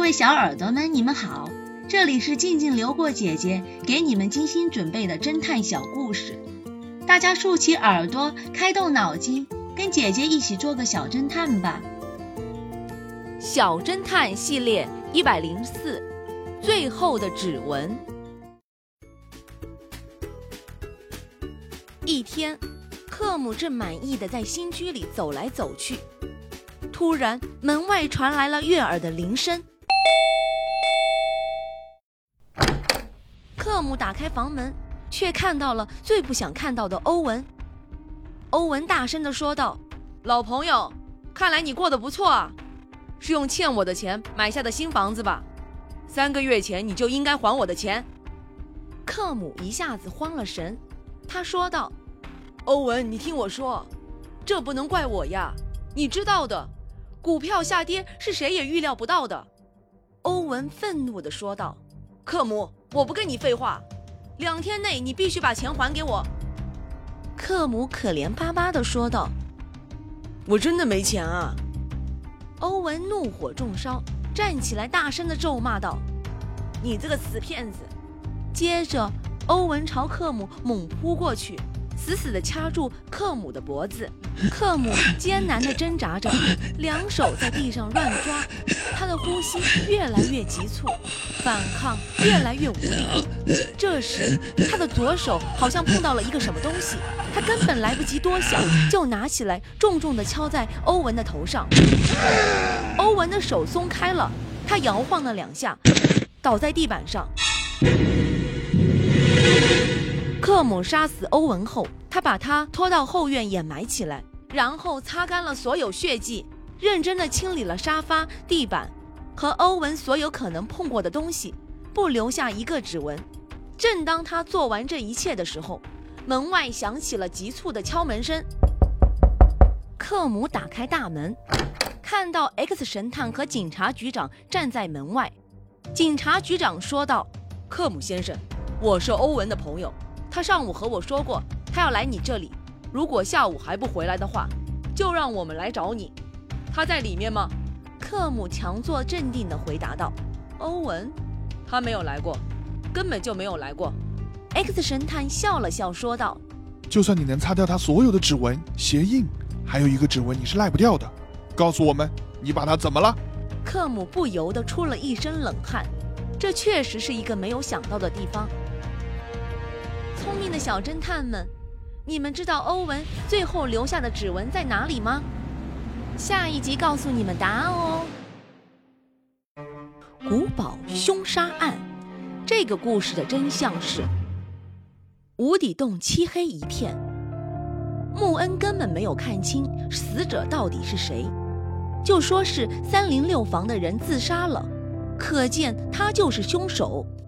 位小耳朵们，你们好，这里是静静流过姐姐给你们精心准备的侦探小故事，大家竖起耳朵，开动脑筋，跟姐姐一起做个小侦探吧。 小侦探系列104，最后的指纹。一天，克姆正满意地在新居里走来走去，突然门外传来了悦耳的铃声。克姆打开房门，却看到了最不想看到的欧文。欧文大声地说道：“老朋友，看来你过得不错啊，是用欠我的钱买下的新房子吧？3个月前你就应该还我的钱。”克姆一下子慌了神，他说道：“欧文，你听我说，这不能怪我呀，你知道的，股票下跌是谁也预料不到的。”欧文愤怒地说道：“克姆，我不跟你废话，2天内你必须把钱还给我。”克姆可怜巴巴地说道：“我真的没钱啊。”欧文怒火中烧，站起来大声地咒骂道：“你这个死骗子！”接着欧文朝克姆猛扑过去，死死地掐住克姆的脖子。克姆艰难地挣扎着，2手在地上乱抓，他的呼吸越来越急促，反抗越来越无力。这时他的左手好像碰到了一个什么东西，他根本来不及多想，就拿起来重重地敲在欧文的头上。欧文的手松开了，他摇晃了2下，倒在地板上。克姆杀死欧文后，他把他拖到后院掩埋起来，然后擦干了所有血迹，认真地清理了沙发、地板和欧文所有可能碰过的东西，不留下一个指纹。正当他做完这一切的时候，门外响起了急促的敲门声。克姆打开大门，看到 X 神探和警察局长站在门外。警察局长说道：“克姆先生，我是欧文的朋友，他上午和我说过他要来你这里，如果下午还不回来的话，就让我们来找你。他在里面吗？”克姆强作镇定地回答道：“欧文，他没有来过，根本就没有来过。”X 神探笑了笑说道：“ 就算你能擦掉他所有的指纹、鞋印，还有一个指纹你是赖不掉的。告诉我们，你把他怎么了？” 克姆不由得出了一身冷汗，这确实是一个没有想到的地方。聪明的小侦探们，你们知道欧文最后留下的指纹在哪里吗？下一集告诉你们答案哦。古堡凶杀案，这个故事的真相是，无底洞漆黑一片，穆恩根本没有看清死者到底是谁，就说是306房的人自杀了，可见他就是凶手。